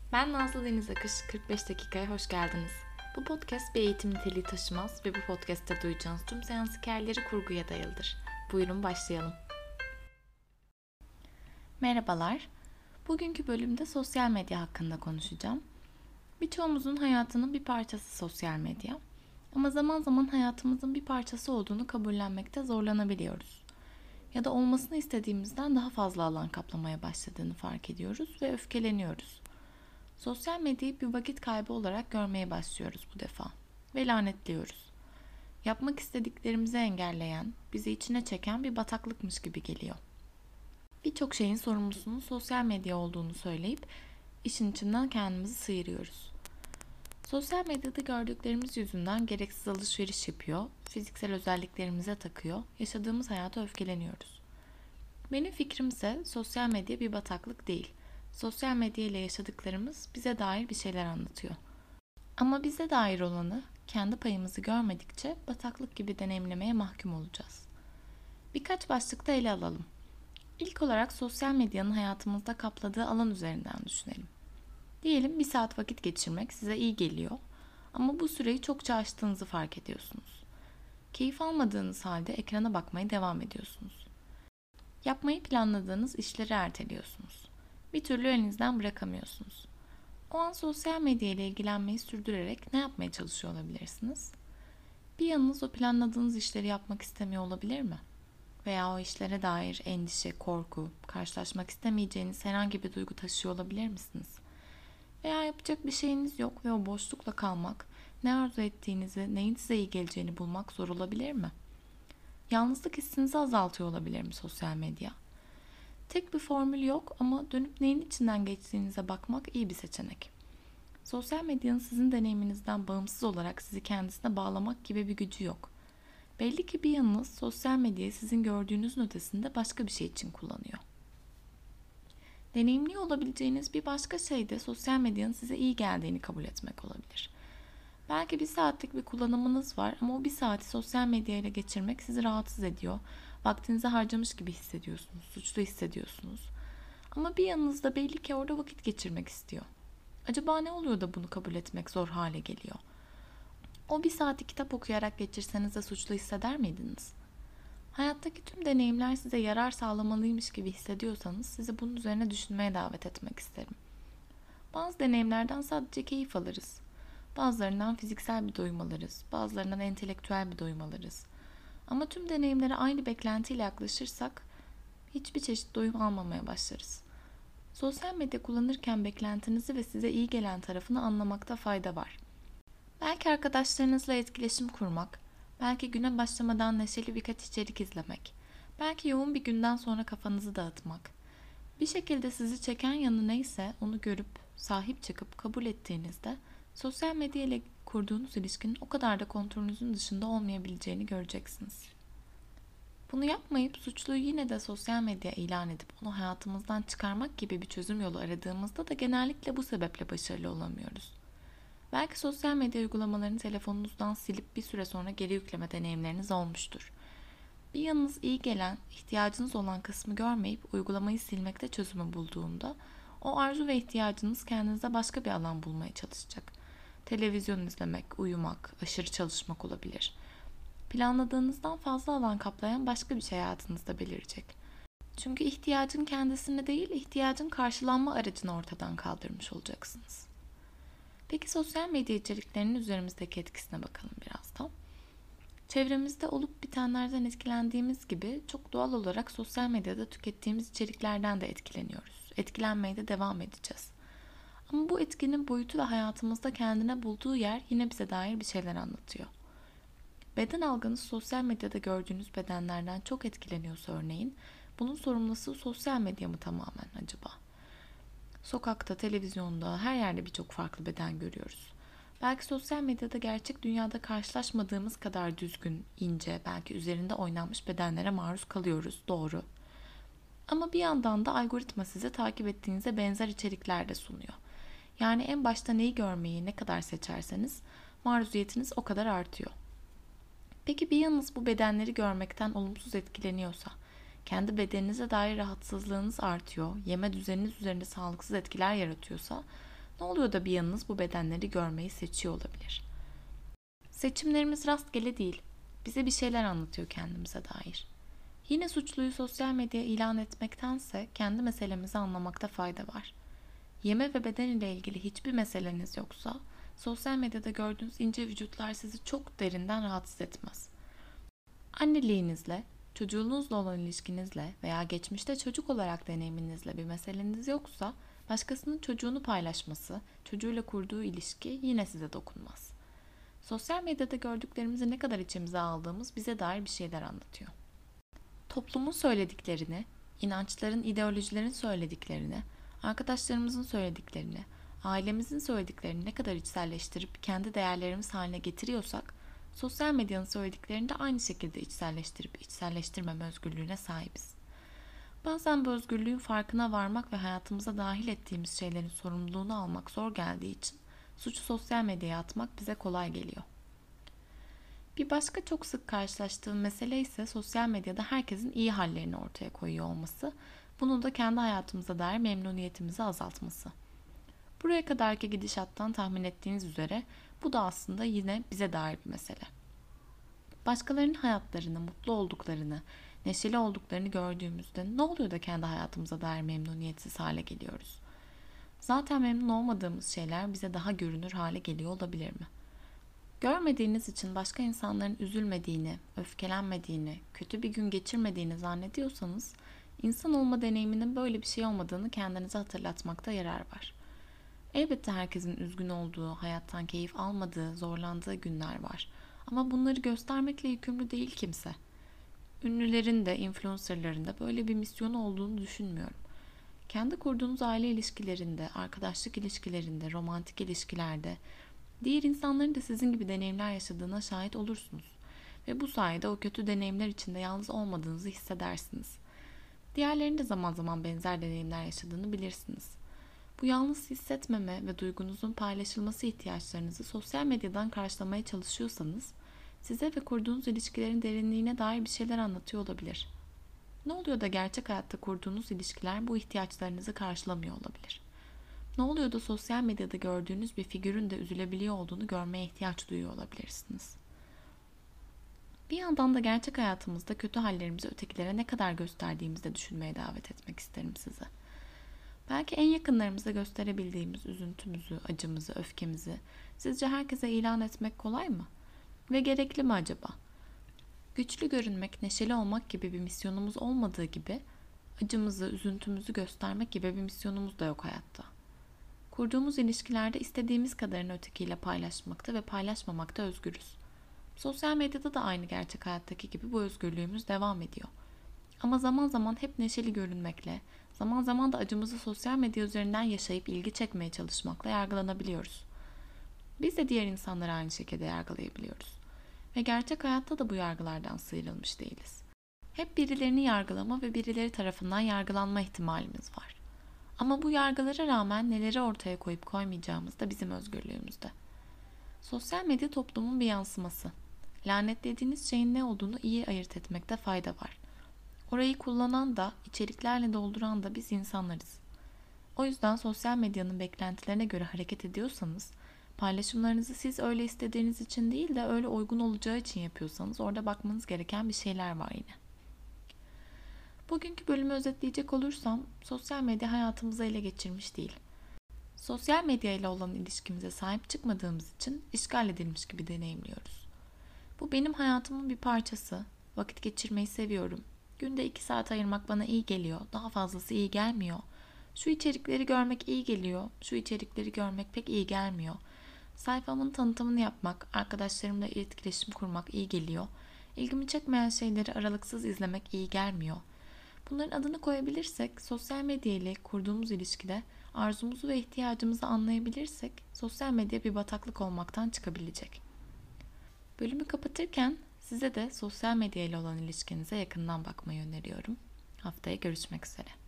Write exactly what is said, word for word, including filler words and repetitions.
Ben Nazlı Deniz Akış, kırk beş dakikaya hoş geldiniz. Bu podcast bir eğitim niteliği taşımaz ve bu podcast'te duyacağınız tüm seans hikayeleri kurguya dayalıdır. Buyurun başlayalım. Merhabalar, bugünkü bölümde sosyal medya hakkında konuşacağım. Birçoğumuzun hayatının bir parçası sosyal medya. Ama zaman zaman hayatımızın bir parçası olduğunu kabullenmekte zorlanabiliyoruz. Ya da olmasını istediğimizden daha fazla alan kaplamaya başladığını fark ediyoruz ve öfkeleniyoruz. Sosyal medyayı bir vakit kaybı olarak görmeye başlıyoruz bu defa ve lanetliyoruz. Yapmak istediklerimizi engelleyen, bizi içine çeken bir bataklıkmış gibi geliyor. Birçok şeyin sorumlusunun sosyal medya olduğunu söyleyip işin içinden kendimizi sıyırıyoruz. Sosyal medyada gördüklerimiz yüzünden gereksiz alışveriş yapıyor, fiziksel özelliklerimize takıyor, yaşadığımız hayata öfkeleniyoruz. Benim fikrimse sosyal medya bir bataklık değil. Sosyal medya ile yaşadıklarımız bize dair bir şeyler anlatıyor. Ama bize dair olanı kendi payımızı görmedikçe bataklık gibi deneyimlemeye mahkum olacağız. Birkaç başlıkta ele alalım. İlk olarak sosyal medyanın hayatımızda kapladığı alan üzerinden düşünelim. Diyelim bir saat vakit geçirmek size iyi geliyor ama bu süreyi çokça aştığınızı fark ediyorsunuz. Keyif almadığınız halde ekrana bakmaya devam ediyorsunuz. Yapmayı planladığınız işleri erteliyorsunuz. Bir türlü elinizden bırakamıyorsunuz. O an sosyal medya ile ilgilenmeyi sürdürerek ne yapmaya çalışıyor olabilirsiniz? Bir yanınız o planladığınız işleri yapmak istemiyor olabilir mi? Veya o işlere dair endişe, korku, karşılaşmak istemeyeceğiniz herhangi bir duygu taşıyor olabilir misiniz? Veya yapacak bir şeyiniz yok ve o boşlukla kalmak, ne arzu ettiğinizi, neyin size iyi geleceğini bulmak zor olabilir mi? Yalnızlık hissinizi azaltıyor olabilir mi sosyal medya? Tek bir formül yok ama dönüp neyin içinden geçtiğinize bakmak iyi bir seçenek. Sosyal medyanın sizin deneyiminizden bağımsız olarak sizi kendisine bağlamak gibi bir gücü yok. Belli ki bir yanınız sosyal medyayı sizin gördüğünüzün ötesinde başka bir şey için kullanıyor. Deneyimli olabileceğiniz bir başka şey de sosyal medyanın size iyi geldiğini kabul etmek olabilir. Belki bir saatlik bir kullanımınız var ama o bir saati sosyal medya ile geçirmek sizi rahatsız ediyor. Vaktinizi harcamış gibi hissediyorsunuz, suçlu hissediyorsunuz. Ama bir yanınızda belli ki orada vakit geçirmek istiyor. Acaba ne oluyor da bunu kabul etmek zor hale geliyor? O bir saati kitap okuyarak geçirseniz de suçlu hisseder miydiniz? Hayattaki tüm deneyimler size yarar sağlamalıymış gibi hissediyorsanız sizi bunun üzerine düşünmeye davet etmek isterim. Bazı deneyimlerden sadece keyif alırız. Bazılarından fiziksel bir doyum alırız, bazılarından entelektüel bir doyum alırız. Ama tüm deneyimlere aynı beklentiyle yaklaşırsak hiçbir çeşit doyum almamaya başlarız. Sosyal medya kullanırken beklentinizi ve size iyi gelen tarafını anlamakta fayda var. Belki arkadaşlarınızla etkileşim kurmak, belki güne başlamadan neşeli birkaç içerik izlemek, belki yoğun bir günden sonra kafanızı dağıtmak. Bir şekilde sizi çeken yanı neyse onu görüp, sahip çıkıp kabul ettiğinizde sosyal medya ile kurduğunuz ilişkinin o kadar da kontrolünüzün dışında olmayabileceğini göreceksiniz. Bunu yapmayıp suçluyu yine de sosyal medya ilan edip onu hayatımızdan çıkarmak gibi bir çözüm yolu aradığımızda da genellikle bu sebeple başarılı olamıyoruz. Belki sosyal medya uygulamalarını telefonunuzdan silip bir süre sonra geri yükleme deneyimleriniz olmuştur. Bir yanınız iyi gelen, ihtiyacınız olan kısmı görmeyip uygulamayı silmekte çözümü bulduğunda o arzu ve ihtiyacınız kendinize başka bir alan bulmaya çalışacak. Televizyon izlemek, uyumak, aşırı çalışmak olabilir. Planladığınızdan fazla alan kaplayan başka bir şey hayatınızda belirecek. Çünkü ihtiyacın kendisini değil, ihtiyacın karşılanma aracını ortadan kaldırmış olacaksınız. Peki sosyal medya içeriklerinin üzerimizdeki etkisine bakalım biraz da. Çevremizde olup bitenlerden etkilendiğimiz gibi çok doğal olarak sosyal medyada tükettiğimiz içeriklerden de etkileniyoruz. Etkilenmeye de devam edeceğiz. Ama bu etkinin boyutu ve hayatımızda kendine bulduğu yer yine bize dair bir şeyler anlatıyor. Beden algınız sosyal medyada gördüğünüz bedenlerden çok etkileniyorsa örneğin, bunun sorumlusu sosyal medya mı tamamen acaba? Sokakta, televizyonda, her yerde birçok farklı beden görüyoruz. Belki sosyal medyada gerçek dünyada karşılaşmadığımız kadar düzgün, ince, belki üzerinde oynanmış bedenlere maruz kalıyoruz, doğru. Ama bir yandan da algoritma size takip ettiğinize benzer içerikler de sunuyor. Yani en başta neyi görmeyi ne kadar seçerseniz maruziyetiniz o kadar artıyor. Peki bir yanınız bu bedenleri görmekten olumsuz etkileniyorsa, kendi bedeninize dair rahatsızlığınız artıyor, yeme düzeniniz üzerinde sağlıksız etkiler yaratıyorsa, Ne oluyor da bir yanınız bu bedenleri görmeyi seçiyor olabilir? Seçimlerimiz rastgele değil. Bize bir şeyler anlatıyor kendimize dair. Yine suçluyu sosyal medyaya ilan etmektense kendi meselemizi anlamakta fayda var. Yeme ve beden ile ilgili hiçbir meseleniz yoksa, sosyal medyada gördüğünüz ince vücutlar sizi çok derinden rahatsız etmez. Anneliğinizle, çocuğunuzla olan ilişkinizle veya geçmişte çocuk olarak deneyiminizle bir meseleniz yoksa, başkasının çocuğunu paylaşması, çocuğuyla kurduğu ilişki yine size dokunmaz. Sosyal medyada gördüklerimizi ne kadar içimize aldığımız bize dair bir şeyler anlatıyor. Toplumun söylediklerini, inançların, ideolojilerin söylediklerini, arkadaşlarımızın söylediklerini, ailemizin söylediklerini ne kadar içselleştirip kendi değerlerimiz haline getiriyorsak, sosyal medyanın söylediklerini de aynı şekilde içselleştirip içselleştirmeme özgürlüğüne sahibiz. Bazen bu özgürlüğün farkına varmak ve hayatımıza dahil ettiğimiz şeylerin sorumluluğunu almak zor geldiği için suçu sosyal medyaya atmak bize kolay geliyor. Bir başka çok sık karşılaştığım mesele ise sosyal medyada herkesin iyi hallerini ortaya koyuyor olması, bunun da kendi hayatımıza dair memnuniyetimizi azaltması. Buraya kadarki gidişattan tahmin ettiğiniz üzere bu da aslında yine bize dair bir mesele. Başkalarının hayatlarını, mutlu olduklarını, neşeli olduklarını gördüğümüzde ne oluyor da kendi hayatımıza dair memnuniyetsiz hale geliyoruz? Zaten memnun olmadığımız şeyler bize daha görünür hale geliyor olabilir mi? Görmediğiniz için başka insanların üzülmediğini, öfkelenmediğini, kötü bir gün geçirmediğini zannediyorsanız, insan olma deneyiminin böyle bir şey olmadığını kendinize hatırlatmakta yarar var. Elbette herkesin üzgün olduğu, hayattan keyif almadığı, zorlandığı günler var. Ama bunları göstermekle yükümlü değil kimse. Ünlülerin de, influencerların da böyle bir misyonu olduğunu düşünmüyorum. Kendi kurduğunuz aile ilişkilerinde, arkadaşlık ilişkilerinde, romantik ilişkilerde, diğer insanların da sizin gibi deneyimler yaşadığına şahit olursunuz. Ve bu sayede o kötü deneyimler içinde yalnız olmadığınızı hissedersiniz. Diğerlerinin de zaman zaman benzer deneyimler yaşadığını bilirsiniz. Bu yalnız hissetmeme ve duygunuzun paylaşılması ihtiyaçlarınızı sosyal medyadan karşılamaya çalışıyorsanız, size ve kurduğunuz ilişkilerin derinliğine dair bir şeyler anlatıyor olabilir. Ne oluyor da gerçek hayatta kurduğunuz ilişkiler bu ihtiyaçlarınızı karşılamıyor olabilir? Ne oluyor da sosyal medyada gördüğünüz bir figürün de üzülebiliyor olduğunu görmeye ihtiyaç duyuyor olabilirsiniz? Bir yandan da gerçek hayatımızda kötü hallerimizi ötekilere ne kadar gösterdiğimizi de düşünmeye davet etmek isterim sizi. Belki en yakınlarımıza gösterebildiğimiz üzüntümüzü, acımızı, öfkemizi sizce herkese ilan etmek kolay mı? Ve gerekli mi acaba? Güçlü görünmek, neşeli olmak gibi bir misyonumuz olmadığı gibi acımızı, üzüntümüzü göstermek gibi bir misyonumuz da yok hayatta. Kurduğumuz ilişkilerde istediğimiz kadarını ötekiyle paylaşmakta ve paylaşmamakta özgürüz. Sosyal medyada da aynı gerçek hayattaki gibi bu özgürlüğümüz devam ediyor. Ama zaman zaman hep neşeli görünmekle, zaman zaman da acımızı sosyal medya üzerinden yaşayıp ilgi çekmeye çalışmakla yargılanabiliyoruz. Biz de diğer insanları aynı şekilde yargılayabiliyoruz. Ve gerçek hayatta da bu yargılardan sıyrılmış değiliz. Hep birilerini yargılama ve birileri tarafından yargılanma ihtimalimiz var. Ama bu yargılara rağmen neleri ortaya koyup koymayacağımız da bizim özgürlüğümüzde. Sosyal medya toplumun bir yansıması. Lanetlediğiniz şeyin ne olduğunu iyi ayırt etmekte fayda var. Orayı kullanan da, içeriklerle dolduran da biz insanlarız. O yüzden sosyal medyanın beklentilerine göre hareket ediyorsanız, paylaşımlarınızı siz öyle istediğiniz için değil de öyle uygun olacağı için yapıyorsanız orada bakmanız gereken bir şeyler var yine. Bugünkü bölümü özetleyecek olursam, sosyal medya hayatımızı ele geçirmiş değil. Sosyal medya ile olan ilişkimize sahip çıkmadığımız için işgal edilmiş gibi deneyimliyoruz. Bu benim hayatımın bir parçası. Vakit geçirmeyi seviyorum. Günde iki saat ayırmak bana iyi geliyor. Daha fazlası iyi gelmiyor. Şu içerikleri görmek iyi geliyor. Şu içerikleri görmek pek iyi gelmiyor. Sayfamın tanıtımını yapmak, arkadaşlarımla iletişim kurmak iyi geliyor. İlgimi çekmeyen şeyleri aralıksız izlemek iyi gelmiyor. Bunların adını koyabilirsek, sosyal medya ile kurduğumuz ilişkide arzumuzu ve ihtiyacımızı anlayabilirsek, sosyal medya bir bataklık olmaktan çıkabilecek. Bölümü kapatırken size de sosyal medya ile olan ilişkinize yakından bakmayı öneriyorum. Haftaya görüşmek üzere.